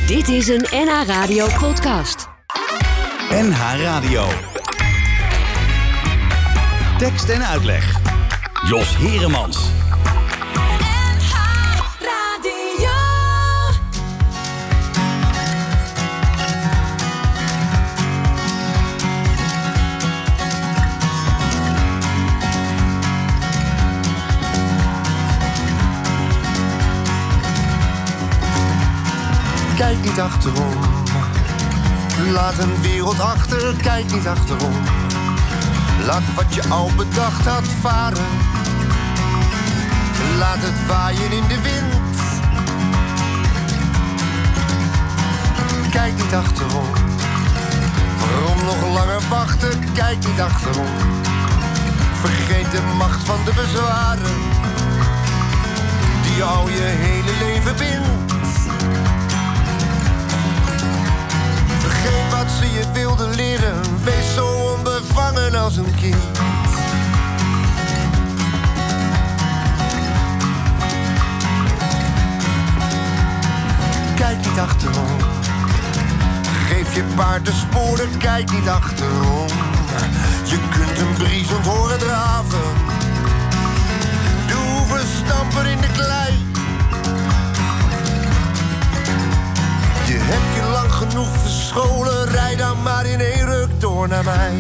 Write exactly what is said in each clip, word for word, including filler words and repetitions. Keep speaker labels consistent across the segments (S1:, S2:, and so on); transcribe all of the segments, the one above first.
S1: Dit is een N H Radio podcast.
S2: N H Radio. Tekst en uitleg. Jos Heremans.
S3: N H Radio.
S4: Kijk niet achterom. Laat een wereld achter, kijk niet achterom. Laat wat je al bedacht had varen. Laat het waaien in de wind. Kijk niet achterom. Waarom nog langer wachten? Kijk niet achterom. Vergeet de macht van de bezwaren die al je hele leven bindt. Vergeet wat ze je wilden leren. Wees zo onbevangen als een kind. Kijk niet achterom. Geef je paard de sporen, kijk niet achterom. Je kunt een briesend horen draven. De hoeven stampen in de klei. Je hebt je lang genoeg verscholen, rijd dan maar in één ruk door naar mij.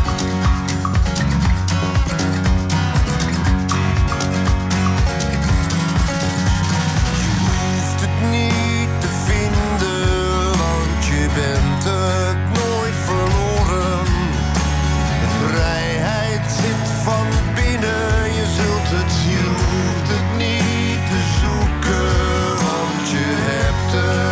S4: Je hoeft het niet te vinden, want je bent het nooit verloren. De vrijheid zit van binnen, je zult het zien. Je hoeft het niet te zoeken, want je hebt het.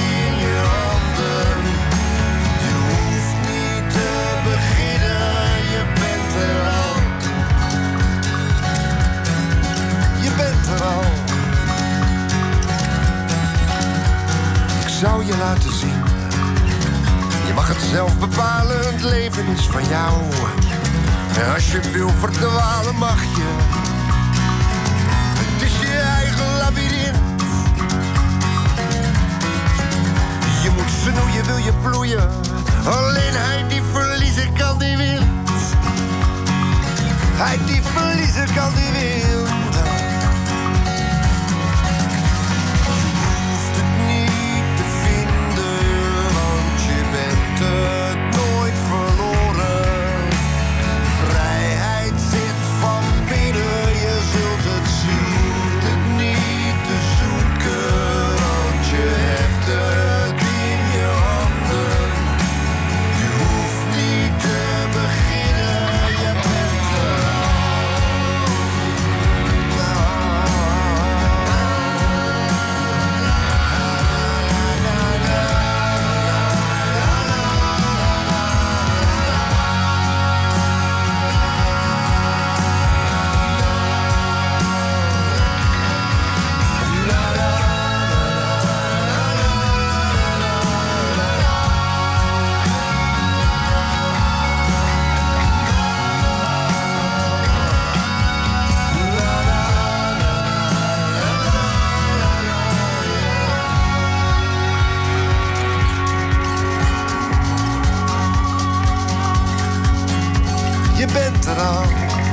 S4: Ik zou je laten zien. Je mag het zelf bepalen, het leven is van jou. En als je wil verdwalen mag je. Het is je eigen labyrint. Je moet snoeien, wil je bloeien. Alleen hij die verliezen kan, die wint. Hij die verliezen kan, die wint. Het nooit verloren. Vrijheid zit van binnen, je zult het zien. Je hoeft het niet te zoeken, want je hebt het in je handen. Je hoeft niet te beginnen, je bent er al. Je bent er al.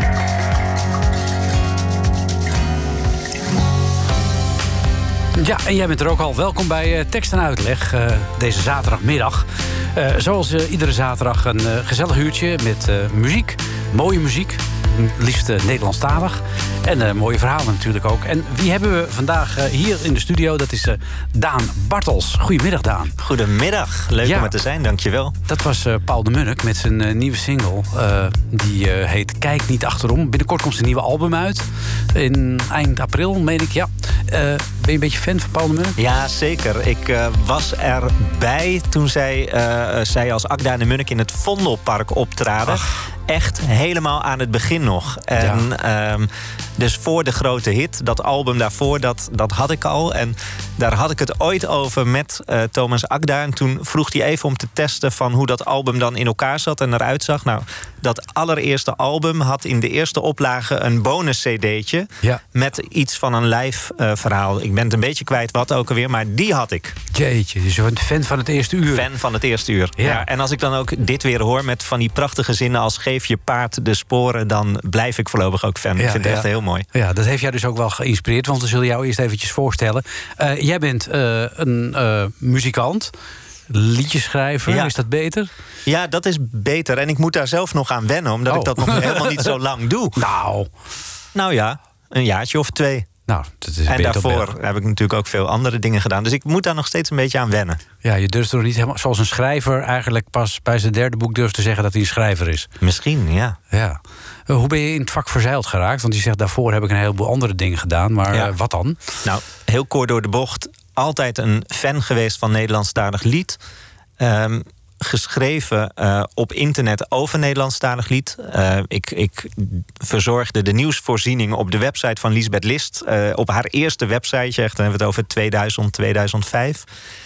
S5: Ja, en jij bent er ook al. Welkom bij uh, Tekst en Uitleg uh, deze zaterdagmiddag. Uh, zoals uh, iedere zaterdag een uh, gezellig uurtje met uh, muziek, mooie muziek. Liefst uh, Nederlandstalig. En uh, mooie verhalen natuurlijk ook. En wie hebben we vandaag uh, hier in de studio? Dat is uh, Daan Bartels. Goedemiddag, Daan.
S6: Goedemiddag. Leuk ja, om er te zijn, dankjewel.
S5: Dat was uh, Paul de Munnik met zijn uh, nieuwe single. Uh, die uh, heet Kijk niet achterom. Binnenkort komt zijn nieuwe album uit. In eind april, meen ik, ja. Uh, ben je een beetje fan van Paul de Munnik?
S6: Ja, zeker. Ik uh, was erbij toen zij, uh, zij als Akda en de Munnik in het Vondelpark optraden. Ach. echt helemaal aan het begin nog. En ja. um, dus voor de grote hit, dat album daarvoor, dat, dat had ik al. En daar had ik het ooit over met uh, Thomas Akda. En toen vroeg hij even om te testen van hoe dat album dan in elkaar zat en eruit zag. Nou, dat allereerste album had in de eerste oplage een bonus-cd'tje... Ja. met iets van een live uh, verhaal. Ik ben het een beetje kwijt wat ook alweer, maar die had ik.
S5: Jeetje, dus je bent fan van het eerste uur.
S6: Fan van het eerste uur, ja. ja. En als ik dan ook dit weer hoor met van die prachtige zinnen als geef je paard de sporen, dan blijf ik voorlopig ook fan. Ja, ik vind het ja. echt heel mooi.
S5: Ja, dat heeft jou dus ook wel geïnspireerd, want we zullen jou eerst eventjes voorstellen. Uh, jij bent uh, een uh, muzikant, liedjeschrijver, ja. is dat beter?
S6: Ja, dat is beter. En ik moet daar zelf nog aan wennen, omdat oh. ik dat nog helemaal niet zo lang doe.
S5: Nou.
S6: Nou ja, een jaartje of twee.
S5: Nou, dat is
S6: en daarvoor heb ik natuurlijk ook veel andere dingen gedaan. Dus ik moet daar nog steeds een beetje aan wennen.
S5: Ja, je durft er niet helemaal, zoals een schrijver eigenlijk pas bij zijn derde boek durft te zeggen dat hij een schrijver is.
S6: Misschien, ja.
S5: Ja. Uh, hoe ben je in het vak verzeild geraakt? Want je zegt daarvoor heb ik een heleboel andere dingen gedaan. Maar ja. uh, wat dan?
S6: Nou, heel kort door de bocht. Altijd een fan geweest van Nederlandstalig lied. Um, geschreven uh, op internet over Nederlandstalig lied. Uh, ik, ik verzorgde de nieuwsvoorziening op de website van Liesbeth List. Uh, op haar eerste website, echt, dan hebben we het over tweeduizend, tweeduizend vijf.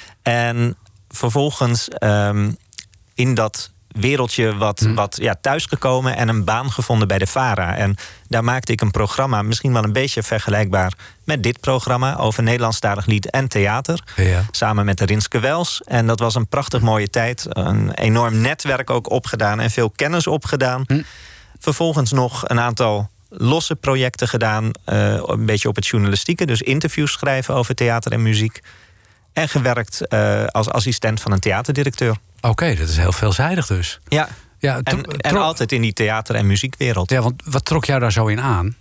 S6: En vervolgens um, in dat wereldje wat, hmm. wat ja, thuisgekomen en een baan gevonden bij de VARA. En daar maakte ik een programma, misschien wel een beetje vergelijkbaar met dit programma, over Nederlandstalig lied en theater. Ja. Samen met de Rinske Wels. En dat was een prachtig mooie tijd. Een enorm netwerk ook opgedaan en veel kennis opgedaan. Hmm. Vervolgens nog een aantal losse projecten gedaan. Uh, een beetje op het journalistieke, dus interviews schrijven over theater en muziek. En gewerkt uh, als assistent van een theaterdirecteur.
S5: Oké, okay, dat is heel veelzijdig dus.
S6: Ja, ja en, tro- en altijd in die theater- en muziekwereld.
S5: Ja, want wat trok jou daar zo in aan?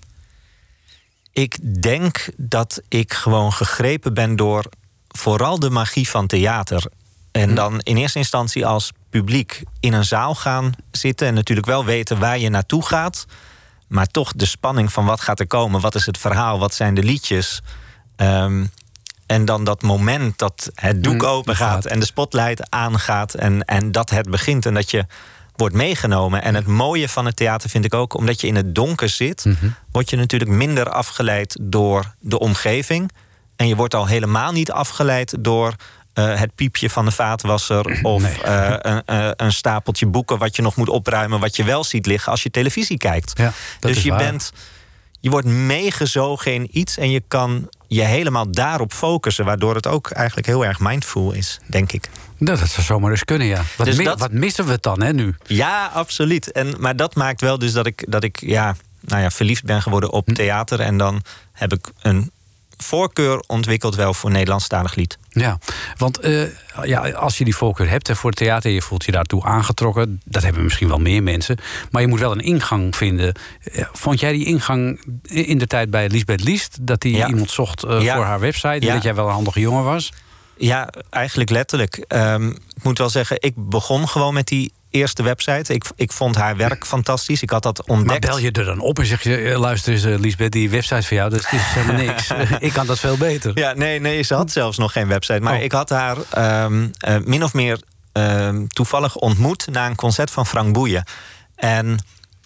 S6: Ik denk dat ik gewoon gegrepen ben door vooral de magie van theater. En hm. dan in eerste instantie als publiek in een zaal gaan zitten en natuurlijk wel weten waar je naartoe gaat. Maar toch de spanning van wat gaat er komen, wat is het verhaal, wat zijn de liedjes. Um, En dan dat moment dat het doek open gaat en de spotlight aangaat en, en dat het begint en dat je wordt meegenomen. En het mooie van het theater vind ik ook, omdat je in het donker zit, mm-hmm. word je natuurlijk minder afgeleid door de omgeving. En je wordt al helemaal niet afgeleid door uh, het piepje van de vaatwasser of nee. uh, een, uh, een stapeltje boeken wat je nog moet opruimen, wat je wel ziet liggen als je televisie kijkt. Ja, dus je waar. bent... Je wordt meegezogen in iets en je kan je helemaal daarop focussen, waardoor het ook eigenlijk heel erg mindful is, denk ik.
S5: Dat, dat zou zomaar eens kunnen, ja. Wat, dus mi- dat, wat missen we het dan, hè, nu?
S6: Ja, absoluut. En, maar dat maakt wel dus dat ik, dat ik ja, nou ja, verliefd ben geworden op theater. En dan heb ik een voorkeur ontwikkeld wel voor Nederlandstalig lied.
S5: Ja, want uh, ja, als je die voorkeur hebt voor het theater, je voelt je daartoe aangetrokken, dat hebben misschien wel meer mensen, maar je moet wel een ingang vinden. Vond jij die ingang in de tijd bij Liesbeth List, dat die ja. iemand zocht uh, ja. voor haar website, ja. dat jij wel een handige jongen was?
S6: Ja, eigenlijk letterlijk. Um, ik moet wel zeggen, ik begon gewoon met die eerste website. Ik, ik vond haar werk fantastisch. Ik had dat ontdekt.
S5: Maar bel je er dan op en zeg je, luister eens, uh, Liesbeth, die website van jou, dat is helemaal niks. Ik kan dat veel beter.
S6: Ja, nee, nee, ze had zelfs nog geen website. Maar oh. ik had haar um, uh, min of meer um, toevallig ontmoet na een concert van Frank Boeien. En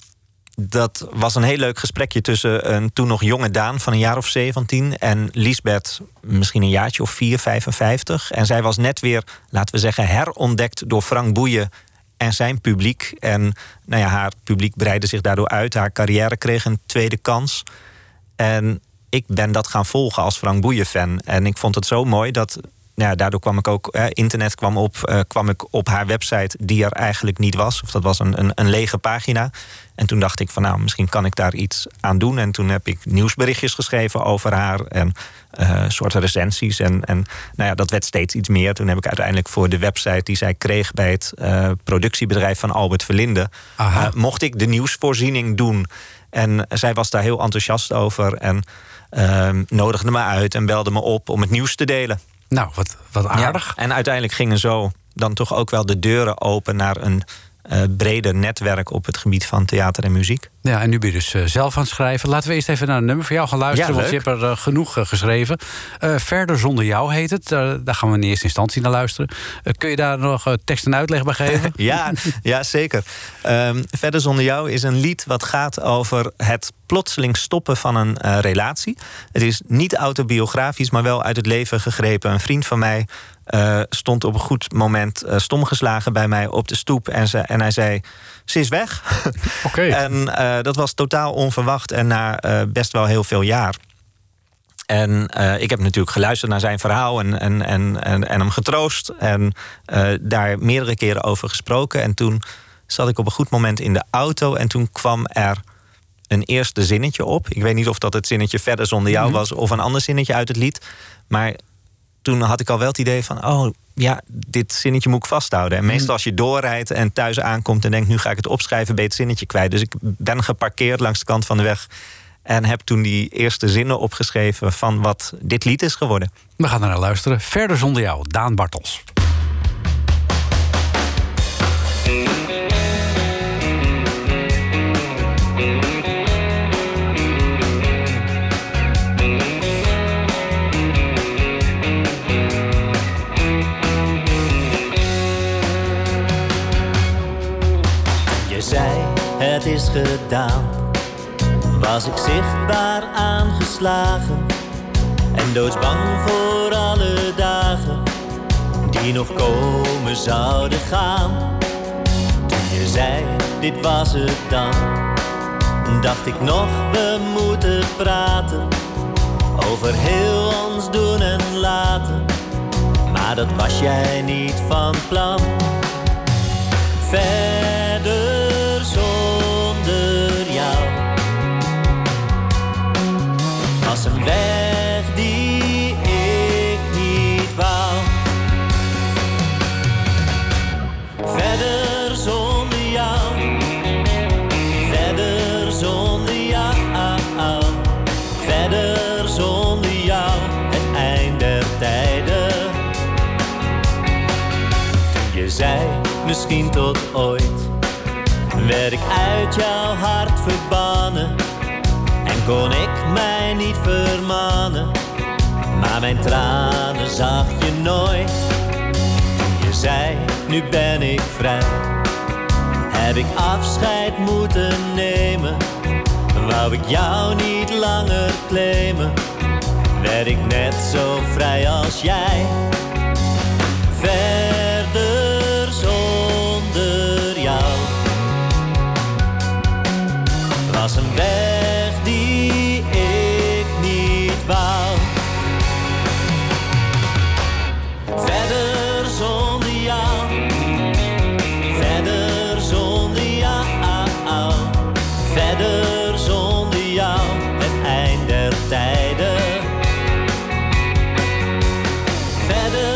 S6: dat was een heel leuk gesprekje tussen een toen nog jonge Daan van een jaar of zeventien en Liesbeth, misschien een jaartje of vier, vijfenvijftig. En zij was net weer, laten we zeggen, herontdekt door Frank Boeien en zijn publiek. En nou ja, haar publiek breidde zich daardoor uit. Haar carrière kreeg een tweede kans. En ik ben dat gaan volgen als Frank Boeien-fan. En ik vond het zo mooi dat, ja, daardoor kwam ik ook, eh, internet kwam op, eh, kwam ik op haar website die er eigenlijk niet was. Of dat was een, een, een lege pagina. En toen dacht ik van, nou, misschien kan ik daar iets aan doen. En toen heb ik nieuwsberichtjes geschreven over haar en uh, soorten recensies. En, en nou ja, dat werd steeds iets meer. Toen heb ik uiteindelijk voor de website die zij kreeg bij het uh, productiebedrijf van Albert Verlinde, uh, mocht ik de nieuwsvoorziening doen. En zij was daar heel enthousiast over en uh, nodigde me uit en belde me op om het nieuws te delen.
S5: Nou, wat, wat aardig.
S6: Ja, en uiteindelijk gingen zo dan toch ook wel de deuren open naar een uh, breder netwerk op het gebied van theater en muziek.
S5: Ja, en nu ben je dus uh, zelf aan het schrijven. Laten we eerst even naar een nummer van jou gaan luisteren.
S6: Ja,
S5: want je hebt er uh, genoeg uh, geschreven. Uh, Verder zonder jou heet het. Uh, daar gaan we in eerste instantie naar luisteren. Uh, kun je daar nog uh, tekst en uitleg bij geven?
S6: ja, ja, zeker. Um, Verder zonder jou is een lied wat gaat over het plotseling stoppen van een uh, relatie. Het is niet autobiografisch, maar wel uit het leven gegrepen. Een vriend van mij uh, stond op een goed moment uh, stomgeslagen bij mij op de stoep. En, ze, en hij zei, ze is weg.
S5: Oké. Okay.
S6: En uh, dat was totaal onverwacht en na uh, best wel heel veel jaar. En uh, ik heb natuurlijk geluisterd naar zijn verhaal en, en, en, en, en hem getroost. En uh, daar meerdere keren over gesproken. En toen zat ik op een goed moment in de auto en toen kwam er een eerste zinnetje op. Ik weet niet of dat het zinnetje Verder zonder jou was of een ander zinnetje uit het lied. Maar toen had ik al wel het idee van, oh ja, dit zinnetje moet ik vasthouden. En meestal als je doorrijdt en thuis aankomt en denkt, nu ga ik het opschrijven, ben je het zinnetje kwijt. Dus ik ben geparkeerd langs de kant van de weg en heb toen die eerste zinnen opgeschreven van wat dit lied is geworden.
S5: We gaan er naar luisteren. Verder zonder jou, Daan Bartels.
S7: Je zei, het is gedaan. Was ik zichtbaar aangeslagen en doodsbang voor alle dagen die nog komen zouden gaan. Toen je zei, dit was het dan, dacht ik nog, we moeten praten over heel ons doen en laten. Maar dat was jij niet van plan. Verder zonder jou was een weg die ik niet wou. Verder zonder jou, verder zonder jou, verder zonder jou, het eind der tijden. Toen je zei, misschien tot ooit, werd ik uit jouw hart verbannen en kon ik mij niet vermanen, maar mijn tranen zag je nooit. Toen je zei, nu ben ik vrij, heb ik afscheid moeten nemen. Wou ik jou niet langer claimen, werd ik net zo vrij als jij. Verder zonder jou was een weg die ik niet wou. Verder zonder jou, verder zonder jou, verder zonder jou, het eind der tijden. Verder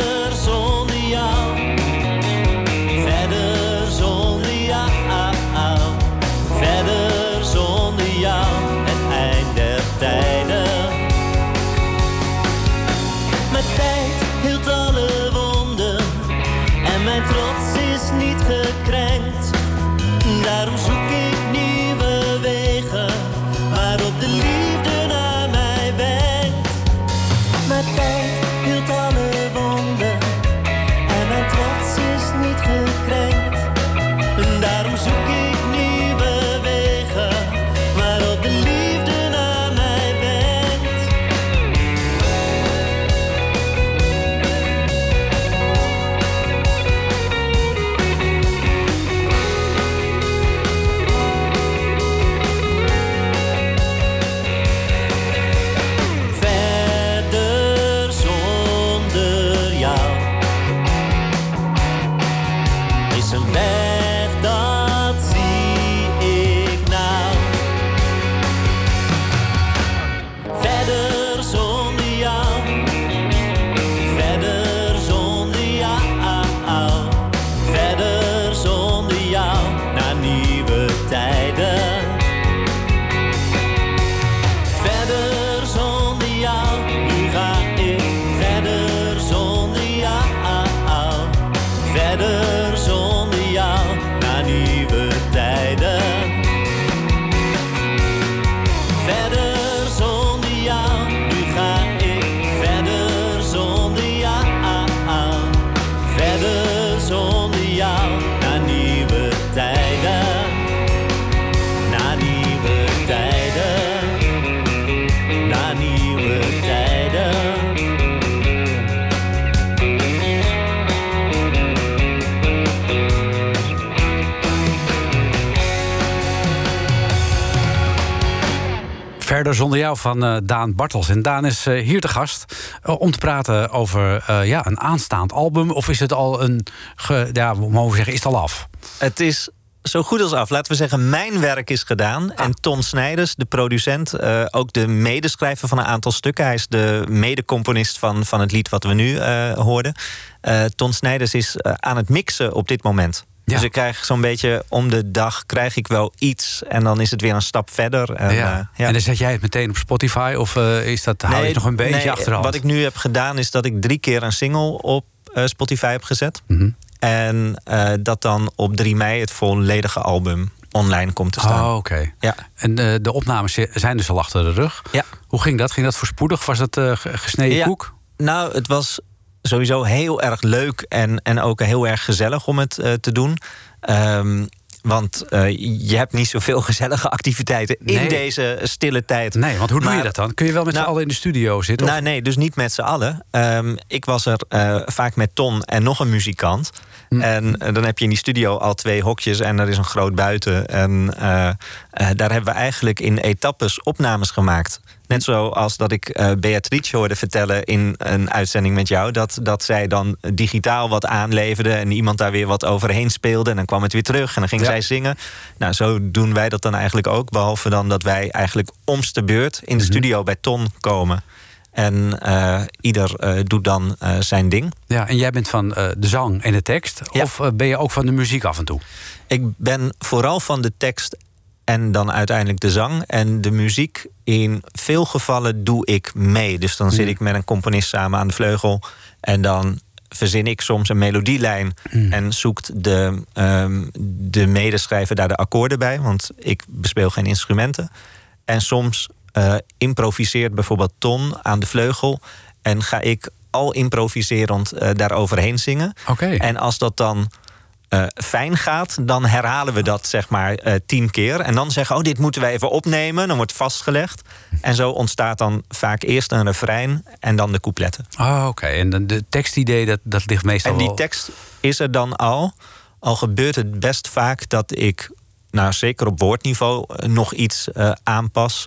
S5: Harder zonder jou van uh, Daan Bartels. En Daan is uh, hier te gast uh, om te praten over uh, ja, een aanstaand album. Of is het al een, ge, ja, we mogen zeggen, is het al af?
S6: Het is zo goed als af. Laten we zeggen, mijn werk is gedaan. Ah. En Ton Snijders, de producent, uh, ook de medeschrijver van een aantal stukken. Hij is de medecomponist van, van het lied wat we nu uh, hoorden. Uh, Ton Snijders is uh, aan het mixen op dit moment. Ja. Dus ik krijg zo'n beetje om de dag krijg ik wel iets. En dan is het weer een stap verder. En,
S5: ja.
S6: Uh, ja.
S5: en dan zet jij het meteen op Spotify? Of uh, is dat, hou je het nog een beetje
S6: nee,
S5: achterhand?
S6: Wat ik nu heb gedaan is dat ik drie keer een single op uh, Spotify heb gezet.
S5: Mm-hmm.
S6: En uh, dat dan op drie mei het volledige album online komt te staan.
S5: Oh, oké. Okay.
S6: Ja.
S5: En uh, de opnames zijn dus al achter de rug.
S6: Ja.
S5: Hoe ging dat? Ging dat voorspoedig? Was het uh, gesneden
S6: ja.
S5: koek?
S6: Nou, het was sowieso heel erg leuk en, en ook heel erg gezellig om het uh, te doen. Um, want uh, je hebt niet zoveel gezellige activiteiten in
S5: nee.
S6: deze stille tijd.
S5: Nee, want hoe doe
S6: maar,
S5: je dat dan? Kun je wel met nou, z'n allen in de studio zitten?
S6: Nou, nee, dus niet met z'n allen. Um, ik was er uh, vaak met Ton en nog een muzikant. Hm. En uh, dan heb je in die studio al twee hokjes en er is een groot buiten. En uh, uh, daar hebben we eigenlijk in etappes opnames gemaakt. Net zoals dat ik uh, Beatrice hoorde vertellen in een uitzending met jou... Dat, dat zij dan digitaal wat aanleverde en iemand daar weer wat overheen speelde... en dan kwam het weer terug en dan ging ja. zij zingen. Nou, zo doen wij dat dan eigenlijk ook. Behalve dan dat wij eigenlijk om's de beurt in de mm-hmm. studio bij Ton komen. En uh, ieder uh, doet dan uh, zijn ding.
S5: Ja, en jij bent van uh, de zang en de tekst?
S6: Ja.
S5: Of uh, ben je ook van de muziek af en toe?
S6: Ik ben vooral van de tekst en dan uiteindelijk de zang. En de muziek, in veel gevallen doe ik mee. Dus dan mm. zit ik met een componist samen aan de vleugel. En dan verzin ik soms een melodielijn. Mm. En zoekt de, um, de medeschrijver daar de akkoorden bij. Want ik bespeel geen instrumenten. En soms uh, improviseert bijvoorbeeld Ton aan de vleugel. En ga ik al improviserend uh, daar overheen zingen.
S5: Okay.
S6: En als dat dan Uh, fijn gaat, dan herhalen we dat zeg maar uh, tien keer. En dan zeggen, oh, dit moeten we even opnemen. Dan wordt vastgelegd. En zo ontstaat dan vaak eerst een refrein en dan de coupletten.
S5: Oh, oké. Okay. En de, de tekstidee, dat, dat ligt meestal
S6: En die
S5: wel...
S6: tekst is er dan al. Al gebeurt het best vaak dat ik, nou zeker op woordniveau, uh, nog iets uh, aanpas.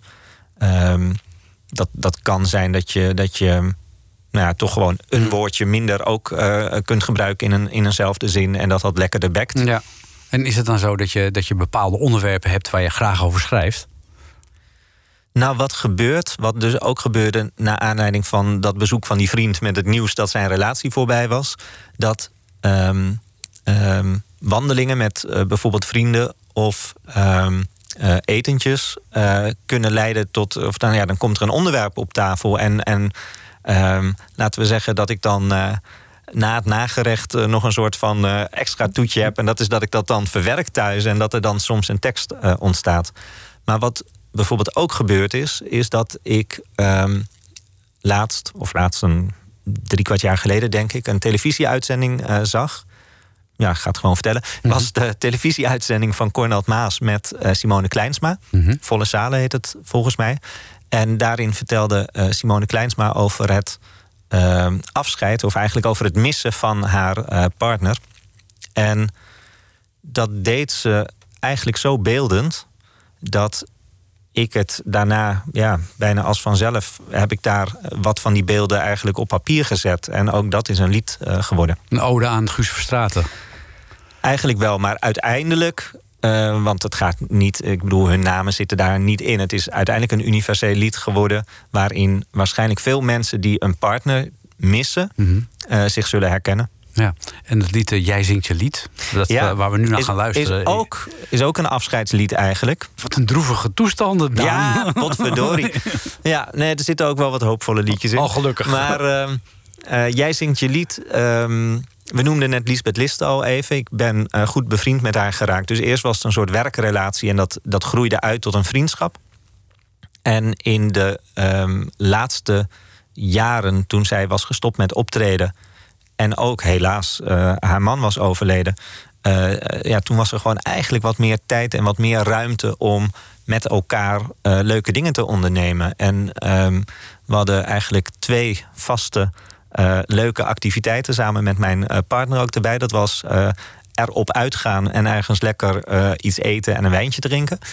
S6: Um, dat, dat kan zijn dat je... Dat je Nou ja, toch gewoon een woordje minder ook uh, kunt gebruiken in, een, in eenzelfde zin. En dat dat lekkerder bekt.
S5: Ja. En is het dan zo dat je, dat je bepaalde onderwerpen hebt waar je graag over schrijft?
S6: Nou, wat gebeurt, wat dus ook gebeurde naar aanleiding van dat bezoek van die vriend met het nieuws dat zijn relatie voorbij was. Dat um, um, wandelingen met uh, bijvoorbeeld vrienden of um, uh, etentjes uh, kunnen leiden tot, of dan, ja, dan komt er een onderwerp op tafel en... en Um, laten we zeggen dat ik dan uh, na het nagerecht uh, nog een soort van uh, extra toetje heb. En dat is dat ik dat dan verwerk thuis en dat er dan soms een tekst uh, ontstaat. Maar wat bijvoorbeeld ook gebeurd is, is dat ik um, laatst, of laatst een drie kwart jaar geleden denk ik, een televisieuitzending uh, zag. Ja, ik ga het gewoon vertellen. Het mm-hmm. was de televisieuitzending van Cornald Maas met uh, Simone Kleinsma. Mm-hmm. Volle Zalen heet het volgens mij. En daarin vertelde uh, Simone Kleinsma over het uh, afscheid... of eigenlijk over het missen van haar uh, partner. En dat deed ze eigenlijk zo beeldend... dat ik het daarna, ja, bijna als vanzelf... heb ik daar wat van die beelden eigenlijk op papier gezet. En ook dat is een lied uh, geworden.
S5: Een ode aan Guus Verstraeten.
S6: Eigenlijk wel, maar uiteindelijk... Uh, want het gaat niet, ik bedoel, hun namen zitten daar niet in. Het is uiteindelijk een universeel lied geworden... waarin waarschijnlijk veel mensen die een partner missen... Mm-hmm. uh, zich zullen herkennen.
S5: Ja, en het lied uh, Jij zingt je lied, dat,
S6: ja,
S5: uh, waar we nu naar
S6: is,
S5: gaan luisteren...
S6: Is ook, is ook een afscheidslied eigenlijk.
S5: Wat een droevige toestanden, Daan.
S6: Ja, potverdorie. Ja, nee, er zitten ook wel wat hoopvolle liedjes in.
S5: Oh, gelukkig.
S6: Maar uh, uh, Jij zingt je lied... Um, we noemden net Liesbeth List al even. Ik ben uh, goed bevriend met haar geraakt. Dus eerst was het een soort werkrelatie... en dat, dat groeide uit tot een vriendschap. En in de um, laatste jaren, toen zij was gestopt met optreden... en ook helaas uh, haar man was overleden... Uh, ja, toen was er gewoon eigenlijk wat meer tijd en wat meer ruimte... om met elkaar uh, leuke dingen te ondernemen. En um, we hadden eigenlijk twee vaste... Uh, leuke activiteiten samen met mijn uh, partner ook erbij. Dat was uh, erop uitgaan en ergens lekker uh, iets eten en een wijntje drinken.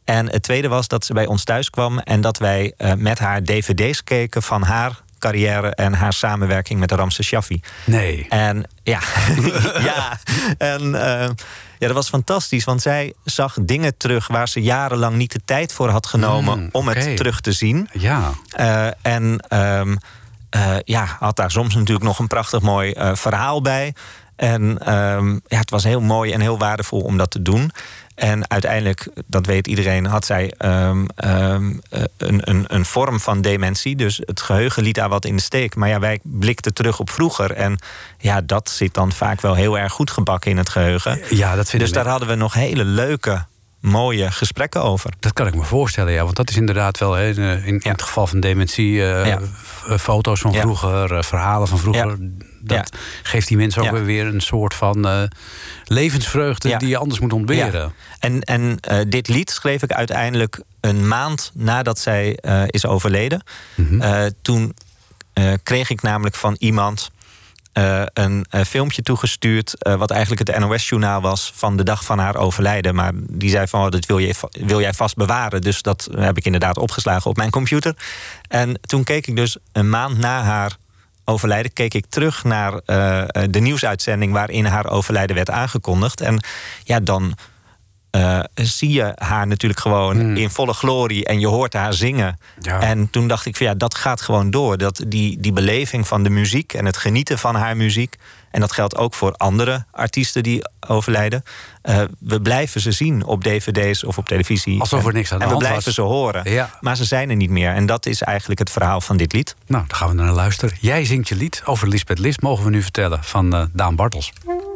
S6: En het tweede was dat ze bij ons thuis kwam en dat wij uh, met haar dvd's keken van haar carrière en haar samenwerking met Ramses Shaffi.
S5: Nee.
S6: En ja, ja. En uh, ja, dat was fantastisch, want zij zag dingen terug waar ze jarenlang niet de tijd voor had genomen mm, om okay. het terug te zien.
S5: Ja.
S6: Uh, en um, uh, ja, had daar soms natuurlijk nog een prachtig mooi uh, verhaal bij. En um, ja, het was heel mooi en heel waardevol om dat te doen. En uiteindelijk, dat weet iedereen, had zij um, um, een, een, een vorm van dementie. Dus het geheugen liet haar wat in de steek. Maar ja, wij blikten terug op vroeger. En ja, dat zit dan vaak wel heel erg goed gebakken in het geheugen.
S5: Ja, dat vind
S6: dus
S5: ik
S6: daar hadden we nog hele leuke, mooie gesprekken over.
S5: Dat kan ik me voorstellen, ja. Want dat is inderdaad wel, hè, in, in ja. het geval van dementie, uh, ja. foto's van vroeger, ja. verhalen van vroeger. Ja. Dat ja. geeft die mensen ook ja. weer een soort van uh, levensvreugde ja. die je anders moet ontberen.
S6: Ja. En, en uh, dit lied schreef ik uiteindelijk een maand nadat zij uh, is overleden. Mm-hmm. Uh, toen uh, kreeg ik namelijk van iemand uh, een uh, filmpje toegestuurd, Uh, wat eigenlijk het N O S-journaal was van de dag van haar overlijden. Maar die zei van, oh, dat wil, je, wil jij vast bewaren. Dus dat heb ik inderdaad opgeslagen op mijn computer. En toen keek ik dus een maand na haar overlijden, keek ik terug naar uh, de nieuwsuitzending waarin haar overlijden werd aangekondigd. En ja, dan uh, zie je haar natuurlijk gewoon mm. in volle glorie en je hoort haar zingen. Ja. En toen dacht ik van ja, dat gaat gewoon door. Dat die, die beleving van de muziek en het genieten van haar muziek. En dat geldt ook voor andere artiesten die overlijden. Uh, we blijven ze zien op dvd's of op televisie.
S5: Alsof er niks aan de
S6: hand was. En we blijven
S5: was.
S6: ze horen.
S5: Ja.
S6: Maar ze zijn er niet meer. En dat is eigenlijk het verhaal van dit lied.
S5: Nou, dan gaan we naar luisteren. Jij zingt je lied over Lisbeth List, mogen we nu vertellen, van uh, Daan Bartels.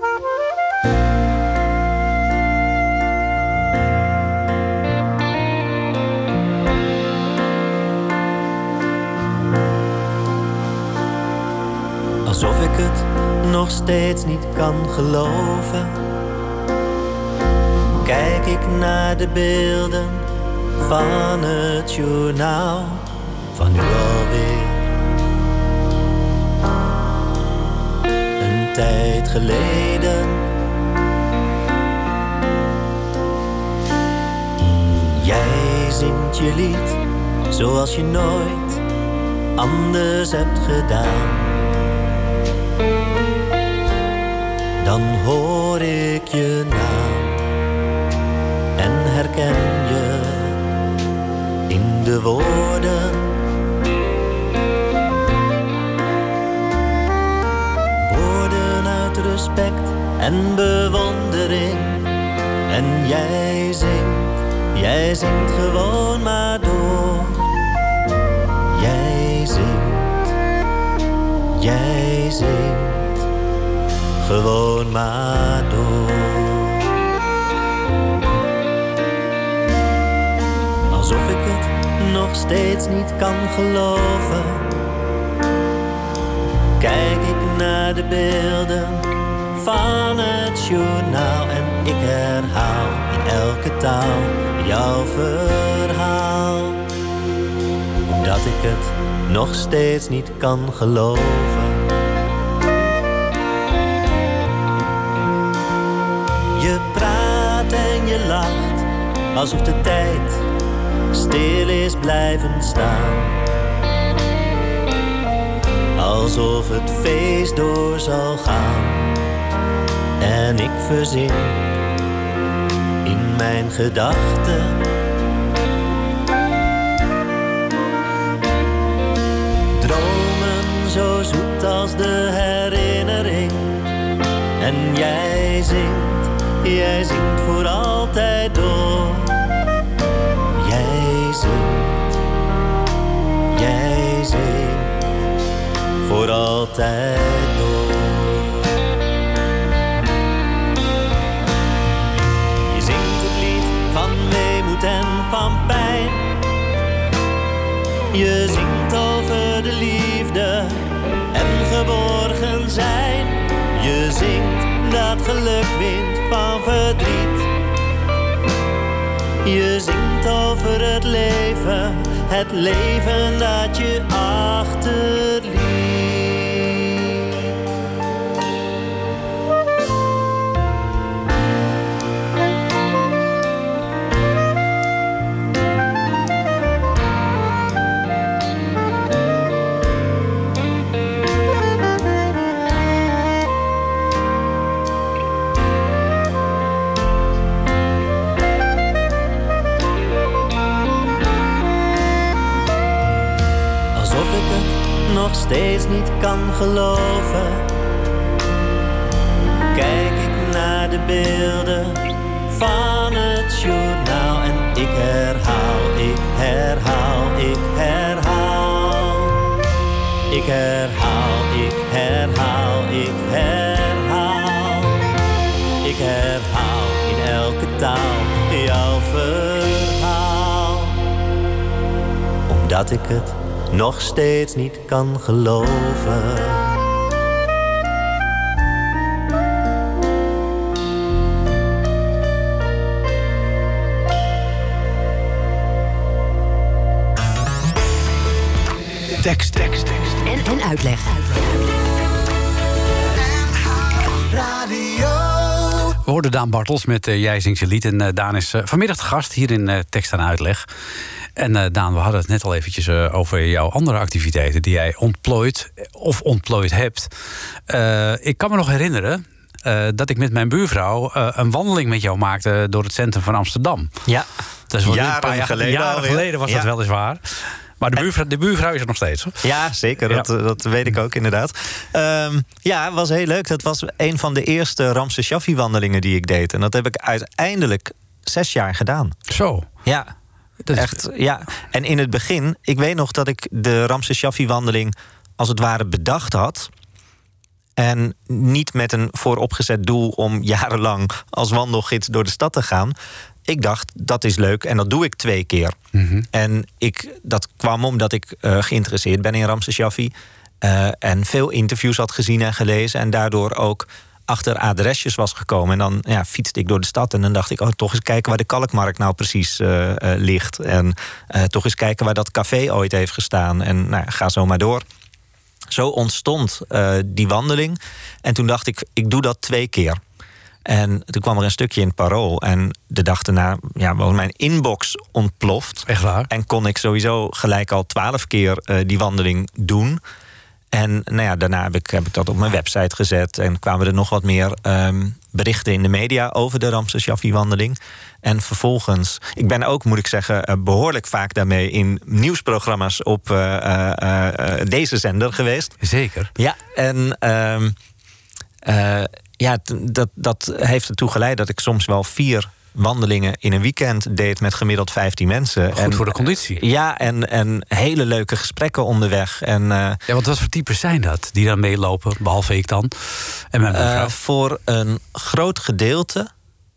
S7: Alsof ik het nog steeds niet kan geloven, kijk ik naar de beelden van het journaal van nu alweer. Een tijd geleden. Jij zingt je lied zoals je nooit anders hebt gedaan. Dan hoor ik je naam en herken je in de woorden. Woorden uit respect en bewondering. En jij zingt, jij zingt gewoon maar door. Jij zingt, jij zingt gewoon maar door. Alsof ik het nog steeds niet kan geloven, kijk ik naar de beelden van het journaal en ik herhaal in elke taal jouw verhaal. Omdat ik het nog steeds niet kan geloven. Je praat en je lacht, alsof de tijd stil is blijven staan. Alsof het feest door zal gaan. En ik verzin in mijn gedachten dromen zo zoet als de herinnering. En jij zingt, jij zingt voor altijd door. Jij zingt, jij zingt voor altijd door. Je zingt het lied van weemoed en van pijn. Je zingt over de liefde en geborgen zijn. Je zingt dat geluk wint van verdriet. Je zingt over het leven, het leven dat je achterliet. steeds niet kan geloven. Kijk ik naar de beelden van het journaal en ik herhaal, ik herhaal, ik herhaal. Ik herhaal, ik herhaal, ik herhaal. Ik herhaal in elke taal jouw verhaal. Omdat ik het nog steeds niet kan geloven.
S2: Tekst, tekst, tekst.
S1: En, en uitleg.
S5: We hoorden Daan Bartels met uh, Jij zingt je lied. En uh, Daan is uh, vanmiddag de gast hier in uh, Tekst en Uitleg. En uh, Daan, we hadden het net al eventjes uh, over jouw andere activiteiten die jij ontplooit of ontplooid hebt. Uh, ik kan me nog herinneren uh, dat ik met mijn buurvrouw uh, een wandeling met jou maakte door het centrum van Amsterdam.
S6: Ja,
S5: Dat is wel
S6: jaren
S5: een paar jaar
S6: geleden
S5: Jaren
S6: alweer.
S5: geleden was
S6: Ja.
S5: dat weliswaar. Maar de buurvrouw, de buurvrouw is er nog steeds, hoor.
S6: Ja, zeker. Dat,
S5: Ja.
S6: dat weet ik ook inderdaad. Um, ja, het was heel leuk. Dat was een van de eerste Ramses Shaffi-wandelingen die ik deed. En dat heb ik uiteindelijk zes jaar gedaan.
S5: Zo.
S6: Ja,
S5: Dat is-
S6: echt. Ja. En in het begin, ik weet nog dat ik de Ramses Shaffi-wandeling als het ware bedacht had. En niet met een vooropgezet doel om jarenlang als wandelgids door de stad te gaan. Ik dacht, dat is leuk en dat doe ik twee keer.
S5: Mm-hmm.
S6: En ik, dat kwam omdat ik uh, geïnteresseerd ben in Ramses Shaffi. Uh, en veel interviews had gezien en gelezen. En daardoor ook achter adresjes was gekomen. En dan ja, fietste ik door de stad. En dan dacht ik, oh, toch eens kijken waar de Kalkmarkt nou precies uh, uh, ligt. En uh, toch eens kijken waar dat café ooit heeft gestaan. En nou, ga zo maar door. Zo ontstond uh, die wandeling. En toen dacht ik, ik doe dat twee keer. En toen kwam er een stukje in het Parool. En de dag daarna ja, was mijn inbox ontploft.
S5: Echt waar?
S6: En kon ik sowieso gelijk al twaalf keer uh, die wandeling doen. En nou ja, daarna heb ik, heb ik dat op mijn website gezet. En kwamen er nog wat meer um, berichten in de media over de Ramses Shaffi-wandeling. En vervolgens, ik ben ook, moet ik zeggen, uh, behoorlijk vaak daarmee in nieuwsprogramma's op uh, uh, uh, deze zender geweest.
S5: Zeker.
S6: Ja, en um, uh, ja, t- dat, dat heeft ertoe geleid dat ik soms wel vier wandelingen in een weekend deed met gemiddeld vijftien mensen.
S5: Goed
S6: en,
S5: voor de conditie.
S6: Ja, en, en hele leuke gesprekken onderweg. En, uh,
S5: Ja, want wat voor types zijn dat die dan meelopen, behalve ik dan en mijn buurvrouw?
S6: uh, voor een groot gedeelte,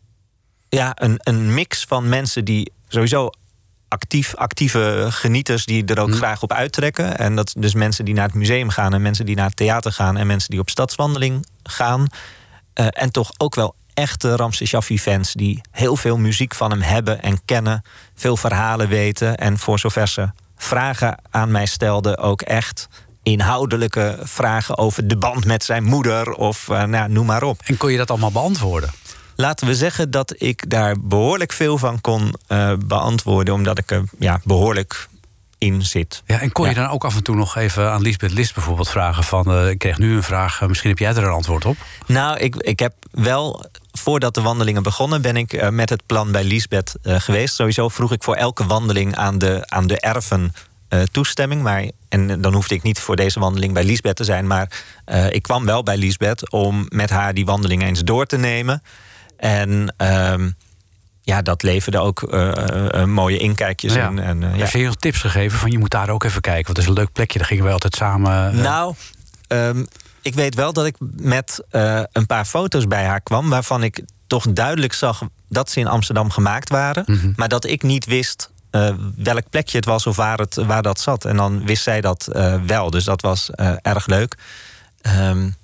S6: ja, een, een mix van mensen die sowieso actief, actieve genieters die er ook
S5: Hmm.
S6: graag op uittrekken. En dat dus mensen die naar het museum gaan en mensen die naar het theater gaan en mensen die op stadswandeling gaan. Uh, en toch ook wel echte Ramses Shaffi-fans die heel veel muziek van hem hebben en kennen, veel verhalen weten en voor zover ze vragen aan mij stelden ook echt inhoudelijke vragen over de band met zijn moeder of uh, nou, noem maar op.
S5: En kon je dat allemaal beantwoorden?
S6: Laten we zeggen dat ik daar behoorlijk veel van kon uh, beantwoorden, omdat ik er ja, behoorlijk in zit.
S5: Ja, en kon je
S6: Ja.
S5: dan ook af en toe nog even aan Liesbeth List bijvoorbeeld vragen van, uh, ik kreeg nu een vraag, uh, misschien heb jij er een antwoord op?
S6: Nou, ik, ik heb wel, voordat de wandelingen begonnen, ben ik uh, met het plan bij Liesbeth uh, geweest. Sowieso vroeg ik voor elke wandeling aan de, aan de erven uh, toestemming. Maar, en dan hoefde ik niet voor deze wandeling bij Liesbeth te zijn. Maar uh, ik kwam wel bij Liesbeth om met haar die wandeling eens door te nemen. En um, ja, dat leverde ook uh, uh, mooie inkijkjes
S5: Ja.
S6: in. En, uh, ja.
S5: Heb je nog tips gegeven van je moet daar ook even kijken, want dat is een leuk plekje, daar gingen we altijd samen. Uh,
S6: Nou, um, ik weet wel dat ik met uh, een paar foto's bij haar kwam, waarvan ik toch duidelijk zag dat ze in Amsterdam gemaakt waren.
S5: Mhm.
S6: Maar dat ik niet wist uh, welk plekje het was of waar, het, waar dat zat. En dan wist zij dat uh, wel. Dus dat was uh, erg leuk. Um,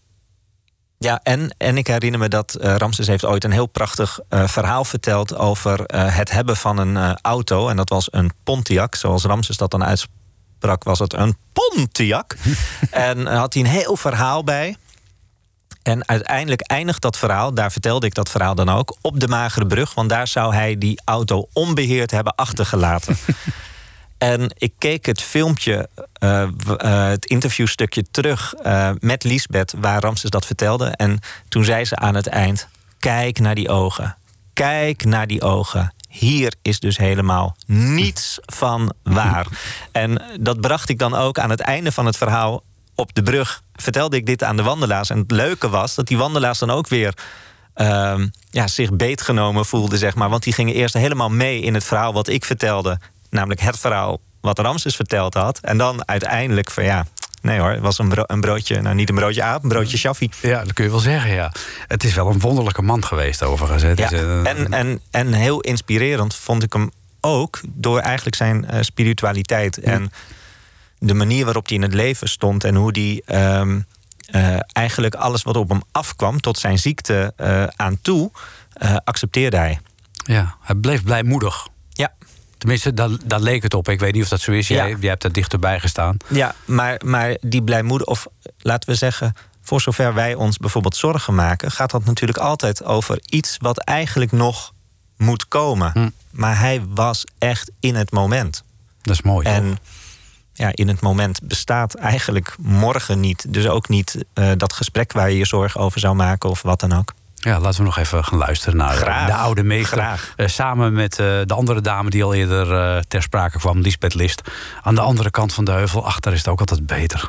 S6: ja, en, en ik herinner me dat uh, Ramses heeft ooit een heel prachtig uh, verhaal verteld over uh, het hebben van een uh, auto. En dat was een Pontiac, zoals Ramses dat dan uitsprak, was het een Pontiac. En daar had hij een heel verhaal bij. En uiteindelijk eindigt dat verhaal, daar vertelde ik dat verhaal dan ook, op de Magere Brug. Want daar zou hij die auto onbeheerd hebben achtergelaten. En ik keek het filmpje, uh, uh, het interviewstukje terug uh, met Liesbeth, waar Ramses dat vertelde. En toen zei ze aan het eind, kijk naar die ogen. Kijk naar die ogen. Hier is dus helemaal niets van waar. En dat bracht ik dan ook aan het einde van het verhaal op de brug vertelde ik dit aan de wandelaars. En het leuke was dat die wandelaars dan ook weer uh, ja, zich beetgenomen voelden, zeg maar. Want die gingen eerst helemaal mee in het verhaal wat ik vertelde. Namelijk het verhaal wat Ramses verteld had. En dan uiteindelijk van ja, nee hoor, het was een, bro- een broodje, nou niet een broodje aap, een broodje Shaffi.
S5: Ja, dat kun je wel zeggen, ja. Het is wel een wonderlijke man geweest, overigens. Het
S6: ja,
S5: is, uh,
S6: en, en, en heel inspirerend vond ik hem ook door eigenlijk zijn uh, spiritualiteit. Ja. En de manier waarop hij in het leven stond en hoe hij um, uh, eigenlijk alles wat op hem afkwam, tot zijn ziekte uh, aan toe, uh, accepteerde hij.
S5: Ja, hij bleef blijmoedig.
S6: Ja.
S5: Tenminste, daar, daar leek het op. Ik weet niet of dat zo is. Jij,
S6: ja.
S5: jij hebt er dichterbij gestaan.
S6: Ja, maar, maar die blijmoedig, of laten we zeggen, voor zover wij ons bijvoorbeeld zorgen maken, gaat dat natuurlijk altijd over iets wat eigenlijk nog moet komen. Hm. Maar hij was echt in het moment.
S5: Dat is mooi.
S6: En
S5: toch?
S6: Ja, in het moment bestaat eigenlijk morgen niet. Dus ook niet uh, dat gesprek waar je je zorgen over zou maken of wat dan ook.
S5: Ja, laten we nog even gaan luisteren naar
S6: Graag.
S5: de oude meester.
S6: Graag.
S5: Uh, samen met uh, de andere dame die al eerder uh, ter sprake kwam, Liesbeth List. Aan de andere kant van de heuvel, ach, daar is het ook altijd beter.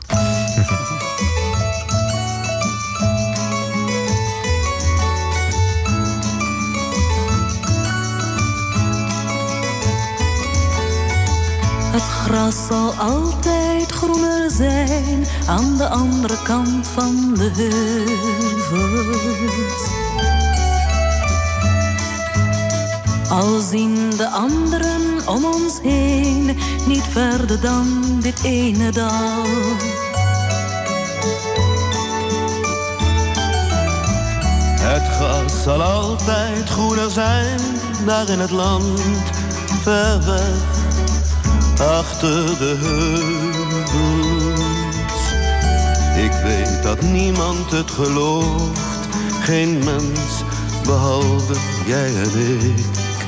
S8: Het gras zal altijd groener zijn aan de andere kant van de heuvels. Al zien de anderen om ons heen niet verder dan dit ene dal.
S9: Het gras zal altijd groener zijn daar in het land ver weg. Achter de heuvels. Ik weet dat niemand het gelooft, geen mens behalve jij en ik.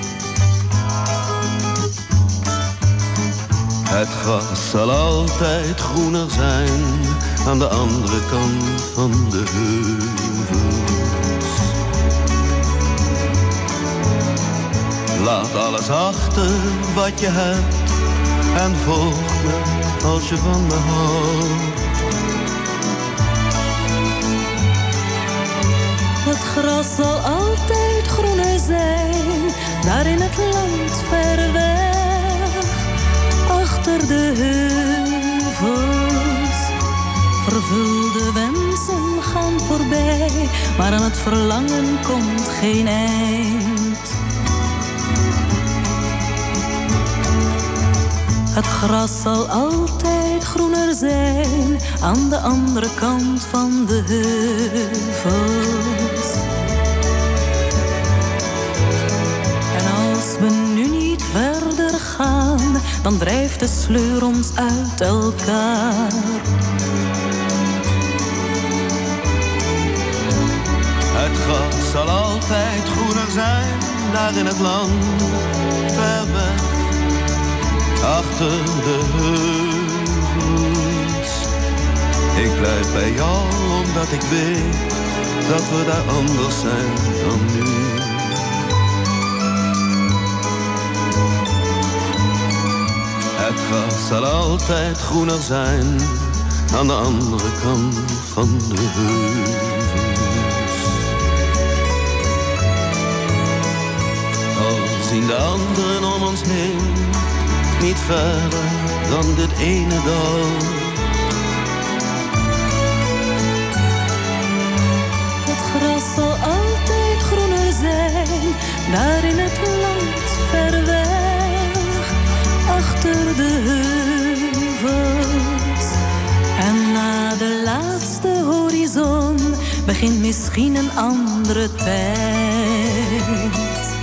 S9: Het gras zal altijd groener zijn aan de andere kant van de heuvels. Laat alles achter wat je hebt en volg me als je van me houdt.
S8: Het gras zal altijd groener zijn, daar in het land ver weg, achter de heuvels. Vervulde wensen gaan voorbij, maar aan het verlangen komt geen eind. Het gras zal altijd groener zijn aan de andere kant van de heuvels. En als we nu niet verder gaan, dan drijft de sleur ons uit elkaar.
S9: Het gras zal altijd groener zijn daar in het land ver weg. Achter de heuvels. Ik blijf bij jou omdat ik weet dat we daar anders zijn dan nu. Het gras zal altijd groener zijn aan de andere kant van de heuvels. Al zien de anderen om ons heen niet verder dan dit ene dal.
S8: Het gras zal altijd groener zijn, daar in het land ver weg, achter de heuvels. En na de laatste horizon begint misschien een andere tijd.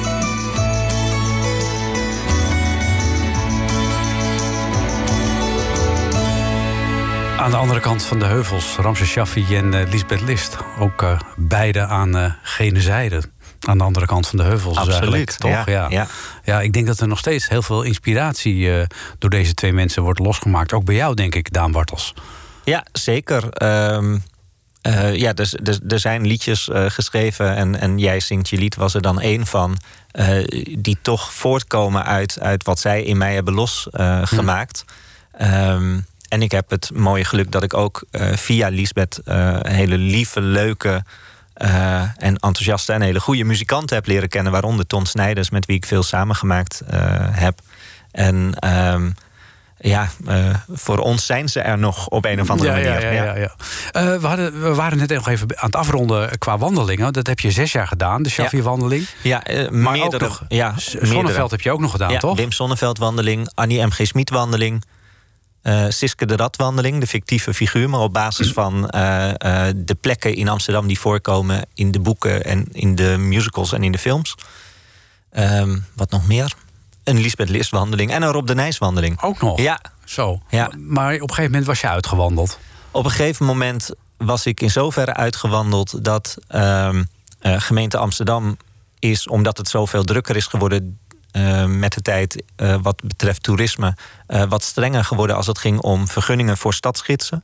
S5: Aan de andere kant van de heuvels, Ramses Shaffi en uh, Liesbeth List. Ook uh, beide aan uh, gene zijde. Aan de andere kant van de heuvels.
S6: Absoluut,
S5: toch?
S6: Ja,
S5: ja.
S6: Ja.
S5: Ja, ik denk dat er nog steeds heel veel inspiratie uh, door deze twee mensen wordt losgemaakt. Ook bij jou, denk ik, Daan Bartels.
S6: Ja, zeker. Um, uh, ja, dus, dus, er zijn liedjes uh, geschreven en, en Jij zingt je lied was er dan één van. Uh, die toch voortkomen uit, uit wat zij in mij hebben losgemaakt. Uh, um, en ik heb het mooie geluk dat ik ook uh, via Liesbeth uh, hele lieve, leuke uh, en enthousiaste en hele goede muzikanten heb leren kennen. Waaronder Ton Snijders, met wie ik veel samengemaakt uh, heb. En um, ja, uh, voor ons zijn ze er nog op een of andere
S5: ja,
S6: manier.
S5: Ja, ja, ja, ja. Uh, we, hadden, we waren net nog even aan het afronden qua wandelingen. Dat heb je zes jaar gedaan, de Shaffi-wandeling.
S6: Ja, uh,
S5: maar
S6: meerdere.
S5: Ook nog,
S6: ja,
S5: Zonneveld heb je ook nog gedaan,
S6: ja,
S5: toch?
S6: Wim Sonneveld-wandeling, Annie M G Schmid-wandeling. Uh, Siske de Rad-wandeling, de fictieve figuur, maar op basis van uh, uh, de plekken in Amsterdam die voorkomen in de boeken en in de musicals en in de films. Um, wat nog meer? Een Liesbeth List-wandeling en een Rob de Nijs-wandeling.
S5: Ook nog?
S6: Ja.
S5: Zo.
S6: Ja.
S5: Maar op een gegeven moment was je uitgewandeld.
S6: Op een gegeven moment was ik in zoverre uitgewandeld dat um, uh, gemeente Amsterdam is, omdat het zoveel drukker is geworden Uh, met de tijd uh, wat betreft toerisme, uh, wat strenger geworden als het ging om vergunningen voor stadsgidsen.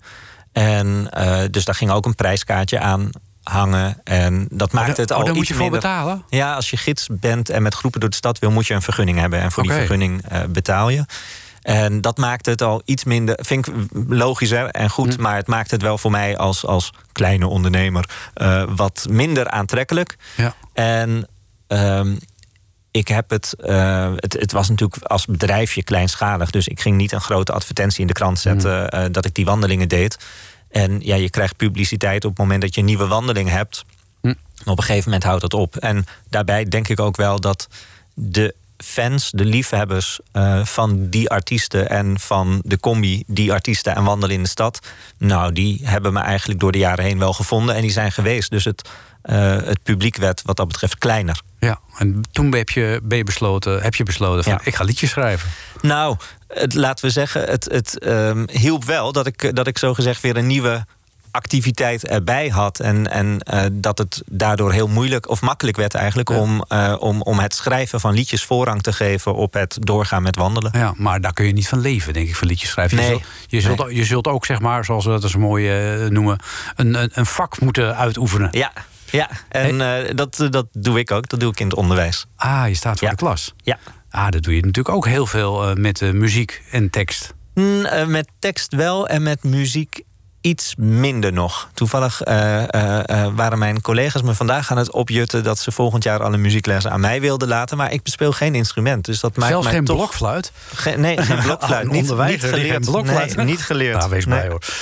S6: En uh, dus daar ging ook een prijskaartje aan hangen. En dat maakte het
S5: oh,
S6: al
S5: daar
S6: iets
S5: moet je voor
S6: minder...
S5: betalen?
S6: Ja, als je gids bent en met groepen door de stad wil, moet je een vergunning hebben. En voor
S5: okay.
S6: die vergunning uh, betaal je. En dat maakte het al iets minder, vind ik logischer en goed, hm. maar het maakte het wel voor mij als, als kleine ondernemer uh, wat minder aantrekkelijk.
S5: Ja.
S6: En um, ik heb het, uh, het, het was natuurlijk als bedrijfje kleinschalig, dus ik ging niet een grote advertentie in de krant zetten hm. uh, dat ik die wandelingen deed. En ja, je krijgt publiciteit op het moment dat je een nieuwe wandeling hebt. Hm. Maar op een gegeven moment houdt dat op. En daarbij denk ik ook wel dat de fans, de liefhebbers uh, van die artiesten en van de combi die artiesten en wandelen in de stad, nou, die hebben me eigenlijk door de jaren heen wel gevonden en die zijn geweest. Dus het, uh, het publiek werd wat dat betreft kleiner.
S5: Ja, en toen heb je, ben je besloten, heb je besloten van, ja. ik ga liedjes schrijven.
S6: Nou, het, laten we zeggen, het, het um, hielp wel dat ik, dat ik zogezegd weer een nieuwe activiteit erbij had. En, en uh, dat het daardoor heel moeilijk of makkelijk werd eigenlijk ja. om, uh, om, om het schrijven van liedjes voorrang te geven op het doorgaan met wandelen.
S5: Ja, maar daar kun je niet van leven, denk ik, van liedjes schrijven.
S6: Nee.
S5: Je, zult, je, zult,
S6: nee.
S5: je zult ook, zeg maar, zoals we dat zo mooi uh, noemen, een, een, een vak moeten uitoefenen.
S6: Ja. Ja, en uh, dat, dat doe ik ook. Dat doe ik in het onderwijs.
S5: Ah, je staat voor
S6: ja.
S5: de klas.
S6: Ja.
S5: Ah, dat doe je natuurlijk ook heel veel uh, met uh, muziek en tekst.
S6: Mm, uh, met tekst wel en met muziek iets minder nog. Toevallig uh, uh, uh, waren mijn collega's me vandaag aan het opjutten dat ze volgend jaar al een muziekles aan mij wilden laten. Maar ik bespeel geen instrument. Dus dat maakt
S5: Zelfs
S6: mij
S5: geen
S6: toch...
S5: blokfluit?
S6: Ge nee, geen blokfluit.
S5: Oh,
S6: niet,
S5: onderwijzer
S6: niet geleerd.
S5: Geen blokfluit.
S6: Nee, niet geleerd.
S5: Nou, wees
S6: nee.
S5: blij hoor.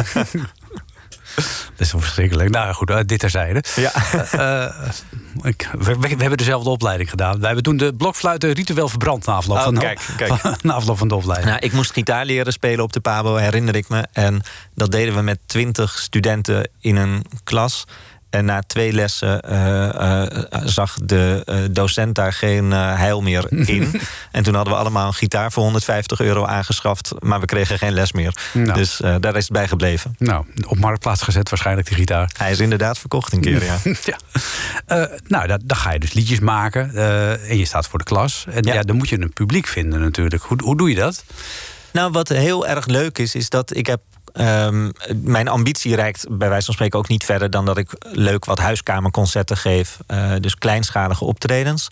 S5: Dat is wel verschrikkelijk. Nou goed, uh, dit terzijde.
S6: Ja.
S5: Uh, ik, we, we hebben dezelfde opleiding gedaan. Wij hebben toen de blokfluiten ritueel verbrand na afloop,
S6: oh,
S5: van,
S6: kijk, kijk.
S5: Van, na afloop van de opleiding.
S6: Nou, ik moest gitaar leren spelen op de Pabo, herinner ik me. En dat deden we met twintig studenten in een klas. En na twee lessen uh, uh, zag de uh, docent daar geen uh, heil meer in. En toen hadden we allemaal een gitaar voor honderdvijftig euro aangeschaft. Maar we kregen geen les meer. Nou. Dus uh, daar is het bij gebleven.
S5: Nou, op marktplaats gezet waarschijnlijk, die gitaar.
S6: Hij is inderdaad verkocht een keer, ja.
S5: ja. Uh, nou, dan, dan ga je dus liedjes maken. Uh, en je staat voor de klas. En ja. Ja, dan moet je een publiek vinden natuurlijk. Hoe, hoe doe je dat?
S6: Nou, wat heel erg leuk is, is dat ik heb... Um, mijn ambitie reikt bij wijze van spreken ook niet verder dan dat ik leuk wat huiskamerconcerten geef. Uh, dus kleinschalige optredens.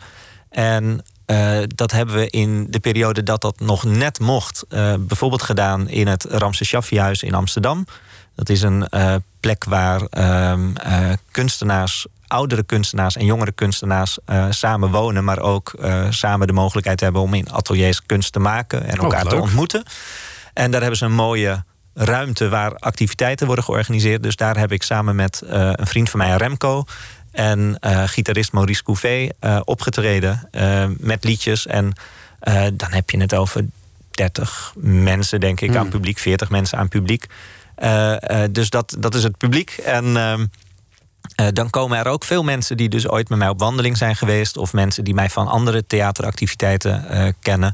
S6: En uh, dat hebben we in de periode dat dat nog net mocht, uh, bijvoorbeeld gedaan in het Ramses Shaffi-huis in Amsterdam. Dat is een uh, plek waar um, uh, kunstenaars, oudere kunstenaars en jongere kunstenaars uh, samen wonen, maar ook uh, samen de mogelijkheid hebben om in ateliers kunst te maken en elkaar oh, te ontmoeten. En daar hebben ze een mooie ruimte waar activiteiten worden georganiseerd. Dus daar heb ik samen met uh, een vriend van mij, Remco, en uh, gitarist Maurice Couvé uh, opgetreden uh, met liedjes. En uh, dan heb je het over dertig mensen, denk ik, mm. aan publiek, veertig mensen aan publiek. Uh, uh, dus dat, dat is het publiek. En uh, uh, dan komen er ook veel mensen die dus ooit met mij op wandeling zijn geweest, of mensen die mij van andere theateractiviteiten uh, kennen.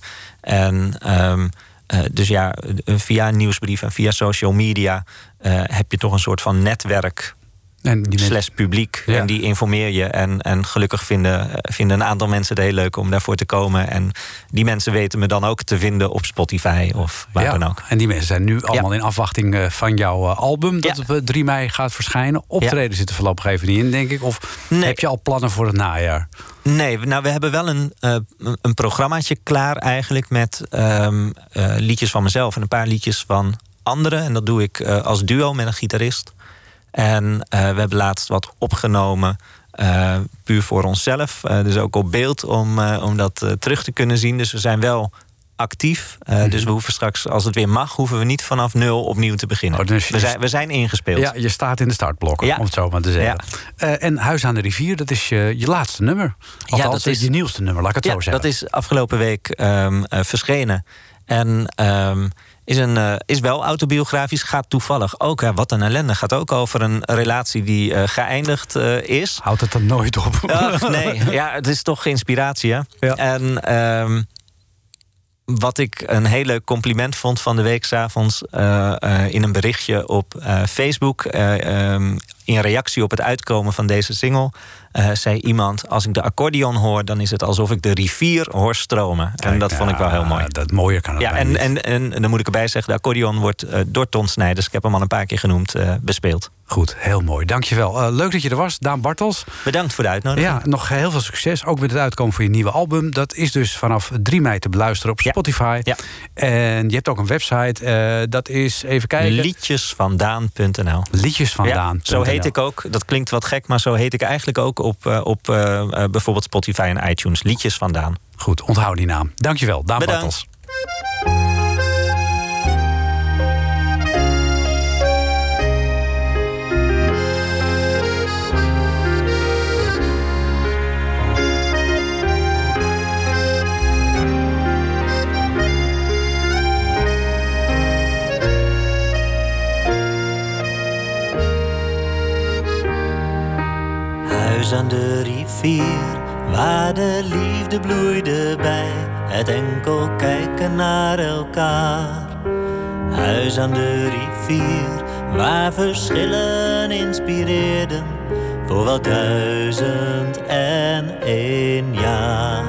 S6: En Um, Uh, dus ja, via een nieuwsbrief en via social media uh, heb je toch een soort van netwerk en die slash publiek. Ja. En die informeer je. En, en gelukkig vinden, vinden een aantal mensen het heel leuk om daarvoor te komen. En die mensen weten me dan ook te vinden op Spotify of waar
S5: ja,
S6: dan ook.
S5: En die mensen zijn nu allemaal ja. in afwachting van jouw album, dat
S6: ja.
S5: op drie mei gaat verschijnen. Optreden ja. zit er voorlopig even niet in, denk ik. Of nee. heb je al plannen voor het najaar?
S6: Nee, nou, we hebben wel een, uh, een programmaatje klaar eigenlijk met um, uh, liedjes van mezelf en een paar liedjes van anderen. En dat doe ik uh, als duo met een gitarist. En uh, we hebben laatst wat opgenomen... Uh, puur voor onszelf. Uh, dus ook op beeld om, uh, om dat uh, terug te kunnen zien. Dus we zijn wel actief. Uh, mm-hmm. Dus we hoeven straks, als het weer mag... hoeven we niet vanaf nul opnieuw te beginnen. Oh, dus we, zijn, we zijn ingespeeld.
S5: Ja, je staat in de startblokken, ja. om het zo maar te zeggen. Ja. Uh, en Huis aan de Rivier, dat is je, je laatste nummer. Althans, ja, dat is je nieuwste nummer, laat ik het
S6: ja,
S5: zo zeggen.
S6: Dat is afgelopen week um, uh, verschenen. En... Um, Is, een, uh, is wel autobiografisch, gaat toevallig ook. Ja, wat een ellende, gaat ook over een relatie die uh, geëindigd uh, is.
S5: Houdt het dan nooit op?
S6: Ach, nee, ja, het is toch inspiratie, hè? Ja. En um, wat ik een heel leuk compliment vond van de week 's avonds... Uh, uh, in een berichtje op uh, Facebook... Uh, um, in reactie op het uitkomen van deze single... Uh, zei iemand, als ik de accordeon hoor... dan is het alsof ik de rivier hoor stromen. Kijk, en dat ja, vond ik wel heel mooi.
S5: Dat mooie kan het
S6: ja, en, en, en, en dan moet ik erbij zeggen... de accordeon wordt uh, door Ton Snijders... ik heb hem al een paar keer genoemd, uh, bespeeld.
S5: Goed, heel mooi. Dankjewel. Uh, leuk dat je er was, Daan Bartels.
S6: Bedankt voor de uitnodiging.
S5: Ja, nog heel veel succes. Ook met het uitkomen van je nieuwe album. Dat is dus vanaf drie mei te beluisteren op Spotify.
S6: Ja.
S5: En je hebt ook een website. Uh, dat is, even kijken...
S6: liedjesvandaan punt n l.
S5: Liedjesvandaan.
S6: Ja, zo heet ik ook. Dat klinkt wat gek, maar zo heet ik eigenlijk ook op, uh, op uh, uh, bijvoorbeeld Spotify en iTunes. Liedjes Vandaan.
S5: Goed, onthoud die naam. Dankjewel, Daan
S6: Bedankt.
S5: Bartels.
S7: Huis aan de rivier, waar de liefde bloeide bij het enkel kijken naar elkaar. Huis aan de rivier, waar verschillen inspireerden voor wel duizend en één jaar.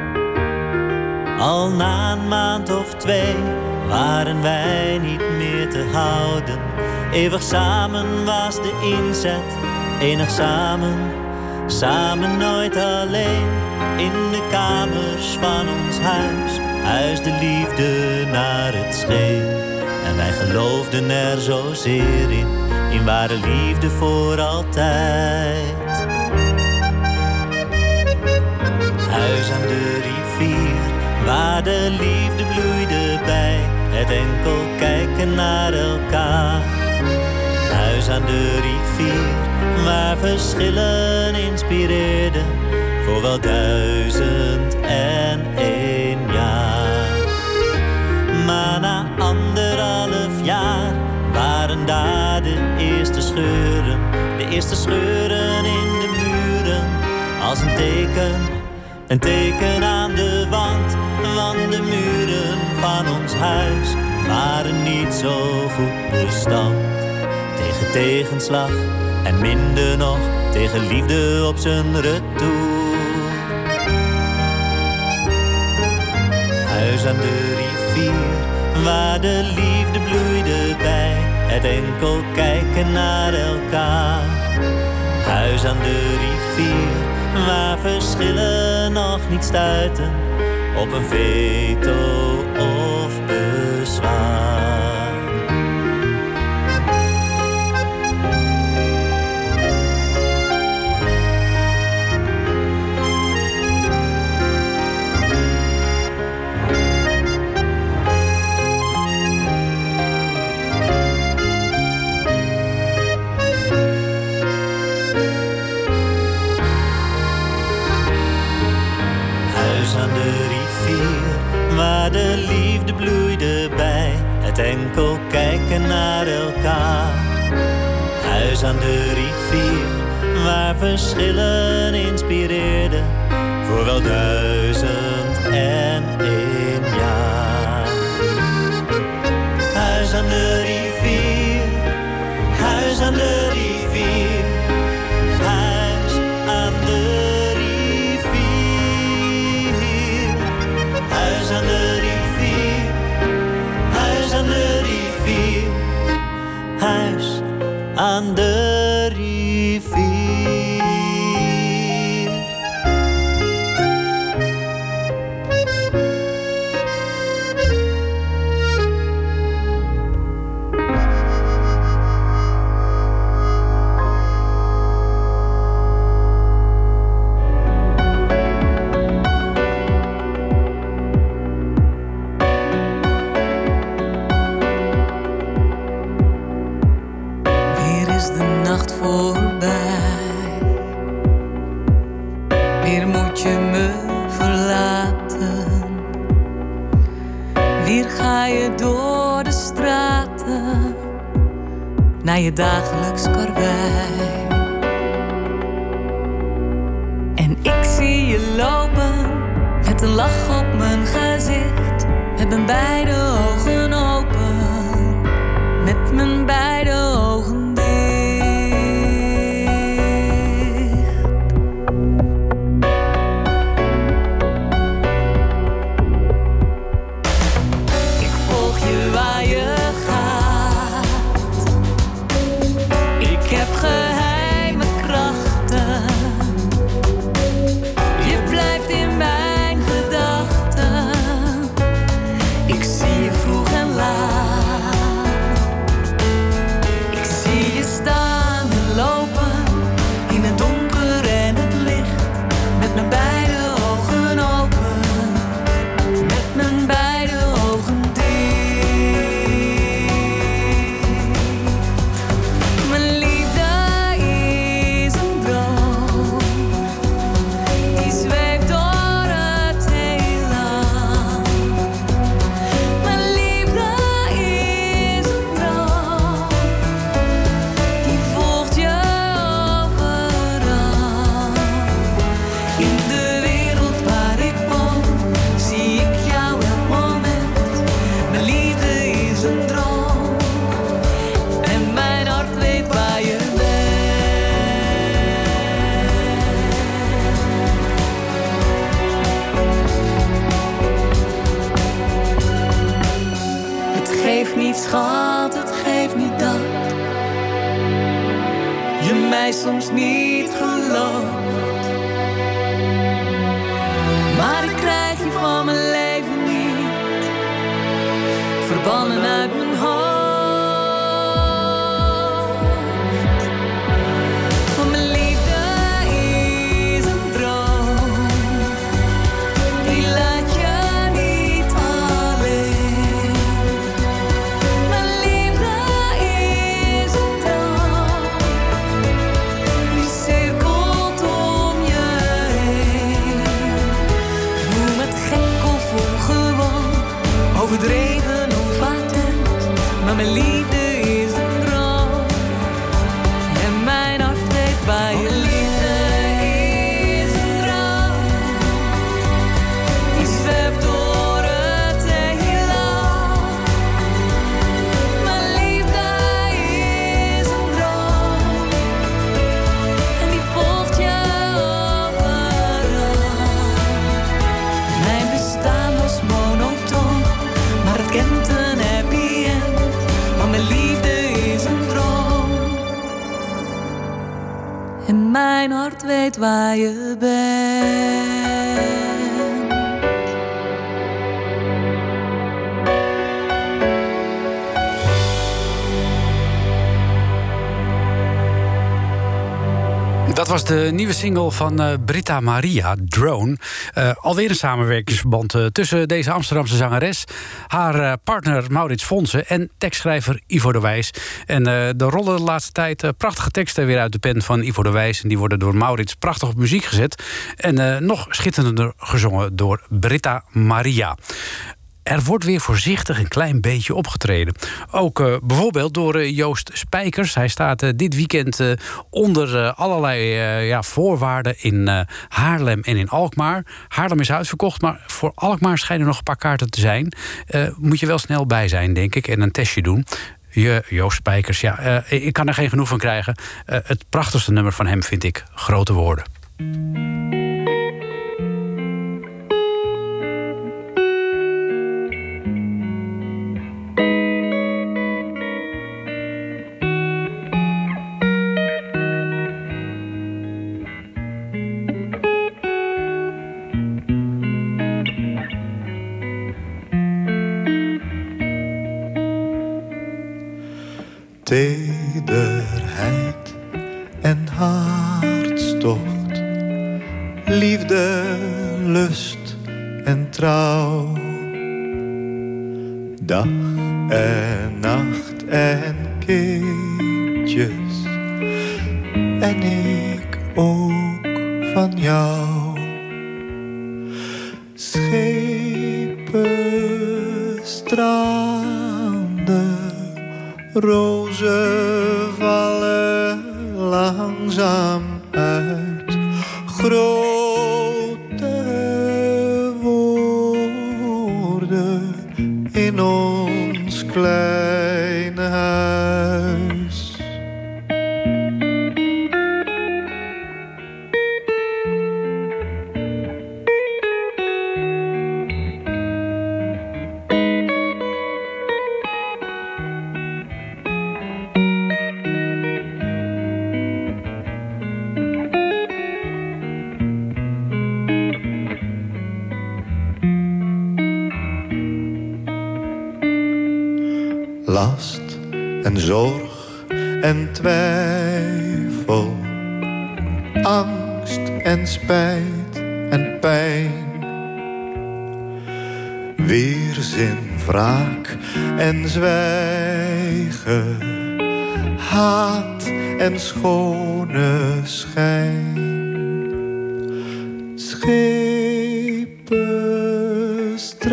S7: Al na een maand of twee waren wij niet meer te houden. Eeuwig samen was de inzet, enig samen, samen nooit alleen. In de kamers van ons huis, huis de liefde naar het scheen. En wij geloofden er zozeer in, in ware liefde voor altijd. Huis aan de rivier, waar de liefde bloeide bij het enkel kijken naar elkaar. Huis aan de rivier, waar verschillen inspireerden voor wel duizend en één jaar. Maar na anderhalf jaar waren daar de eerste scheuren, de eerste scheuren in de muren. Als een teken, een teken aan de wand, want de muren van ons huis waren niet zo goed bestand. Tegen tegenslag en minder nog tegen liefde op zijn retour. Huis aan de rivier, waar de liefde bloeide bij het enkel kijken naar elkaar. Huis aan de rivier, waar verschillen nog niet stuiten op een veto of bezwaar. Waar de liefde bloeide bij het enkel kijken naar elkaar. Huis aan de rivier, waar verschillen inspireerden voor wel duizend en één jaar. Huis aan de rivier, huis aan de rivier, huis aan de Huis aan de rivier, huis aan de rivier, huis aan de rivier.
S8: weer moet je me verlaten. Weer ga je door de straten naar je dagelijks karwei. En ik zie je lopen met een lach op mijn gezicht, met mijn beide ogen open, met mijn beide ogen dicht. Ik volg je waar je gaat. Ik heb geheime krachten. Je blijft in mijn gedachten. Ik zie je vroeg en laat. Ik zie je staan en lopen in het donker en het licht, met mijn beide ogen open, met mijn beide ogen dicht. Mijn liefde is een droom, die zweeft door het heelal. Mijn liefde is een droom, die volgt je overal. In de wereld waar ik woon, zie ik jou elk moment. Mijn liefde is een droom, en mijn hart weet waar je bent. Het geeft niet, schat, het geeft niet dat je mij soms niet gelooft. Maar ik krijg je van mijn leven niet verbannen uit mijn hoofd. Want mijn liefde is een droom, die laat je niet alleen. Mijn liefde is een droom, die cirkelt om je heen. Noem het gek of ongewoon, overdreven of attent, maar mijn liefde is een droom, en mijn hart weet waar je liefde is een droom, die zweeft door het heelal. Mijn liefde is een droom, en die volgt je overal. Mijn bestaan was monotoon, maar het kent een happy end. Want mijn liefde is een droom, en mijn hart weet waar je bent.
S5: Dat was de nieuwe single van uh, Britta Maria, Drone. Uh, alweer een samenwerkingsverband uh, tussen deze Amsterdamse zangeres, haar uh, partner Maurits Fonsen en tekstschrijver Ivo de Wijs. En uh, er rollen de laatste tijd uh, prachtige teksten weer uit de pen van Ivo de Wijs. En die worden door Maurits prachtig op muziek gezet. En uh, nog schitterender gezongen door Britta Maria. Er wordt weer voorzichtig een klein beetje opgetreden. Ook uh, bijvoorbeeld door uh, Joost Spijkers. Hij staat uh, dit weekend uh, onder uh, allerlei uh, ja, voorwaarden in uh, Haarlem en in Alkmaar. Haarlem is uitverkocht, maar voor Alkmaar schijnen nog een paar kaarten te zijn. Uh, moet je wel snel bij zijn, denk ik, en een testje doen. Je, Joost Spijkers, ja, uh, ik kan er geen genoeg van krijgen. Uh, het prachtigste nummer van hem vind ik Grote Woorden.
S10: Tederheid en hartstocht, liefde, lust en trouw. Dag en nacht en kindjes, en ik ook van jou. Schepen stranden, rozen vallen langzaam uit. Grote woorden in ons kleine huis. Last en zorg en twijfel, angst en spijt en pijn, weerzin, wraak en zwijgen, haat en schone schijn. Schepen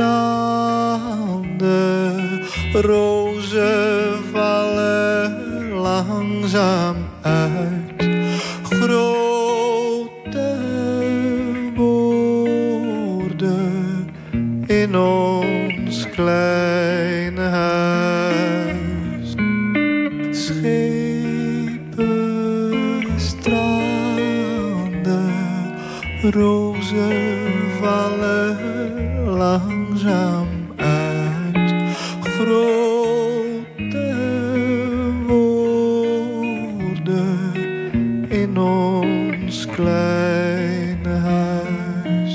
S10: stranden, rozen vallen langzaam uit. Grote woorden in ons kleine huis. Schepen stranden, rozen vallen langzaam uit. Grote woorden in ons kleine huis.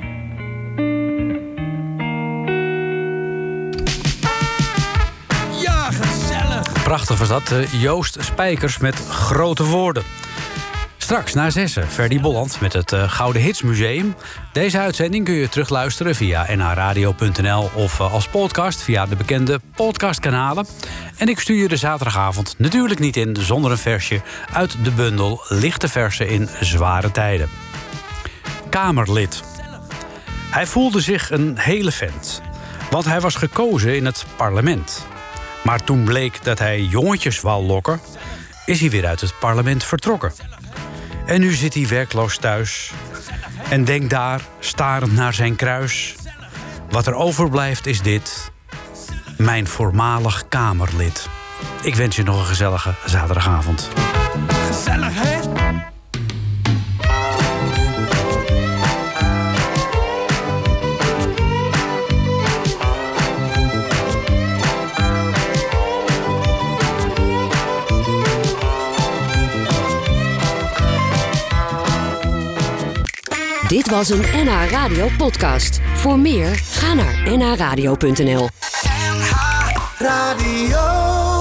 S5: Ja, gezellig! Prachtig was dat. Joost Spijkers met grote woorden. Straks na zessen, Ferdy Bolland met het uh, Gouden Hits Museum. Deze uitzending kun je terugluisteren via n h radio punt n l of uh, als podcast via de bekende podcastkanalen. En ik stuur je de zaterdagavond natuurlijk niet in zonder een versje uit de bundel Lichte Versen in Zware Tijden. Kamerlid. Hij voelde zich een hele vent, want hij was gekozen in het parlement. Maar toen bleek dat hij jongetjes wou lokken, is hij weer uit het parlement vertrokken. En nu zit hij werkloos thuis en denkt daar, starend naar zijn kruis: wat er overblijft is dit, mijn voormalig Kamerlid. Ik wens je nog een gezellige zaterdagavond.
S11: Gezellig, hè?
S1: Dit was een N H Radio podcast. Voor meer, ga naar n h radio punt n l.
S4: N H Radio.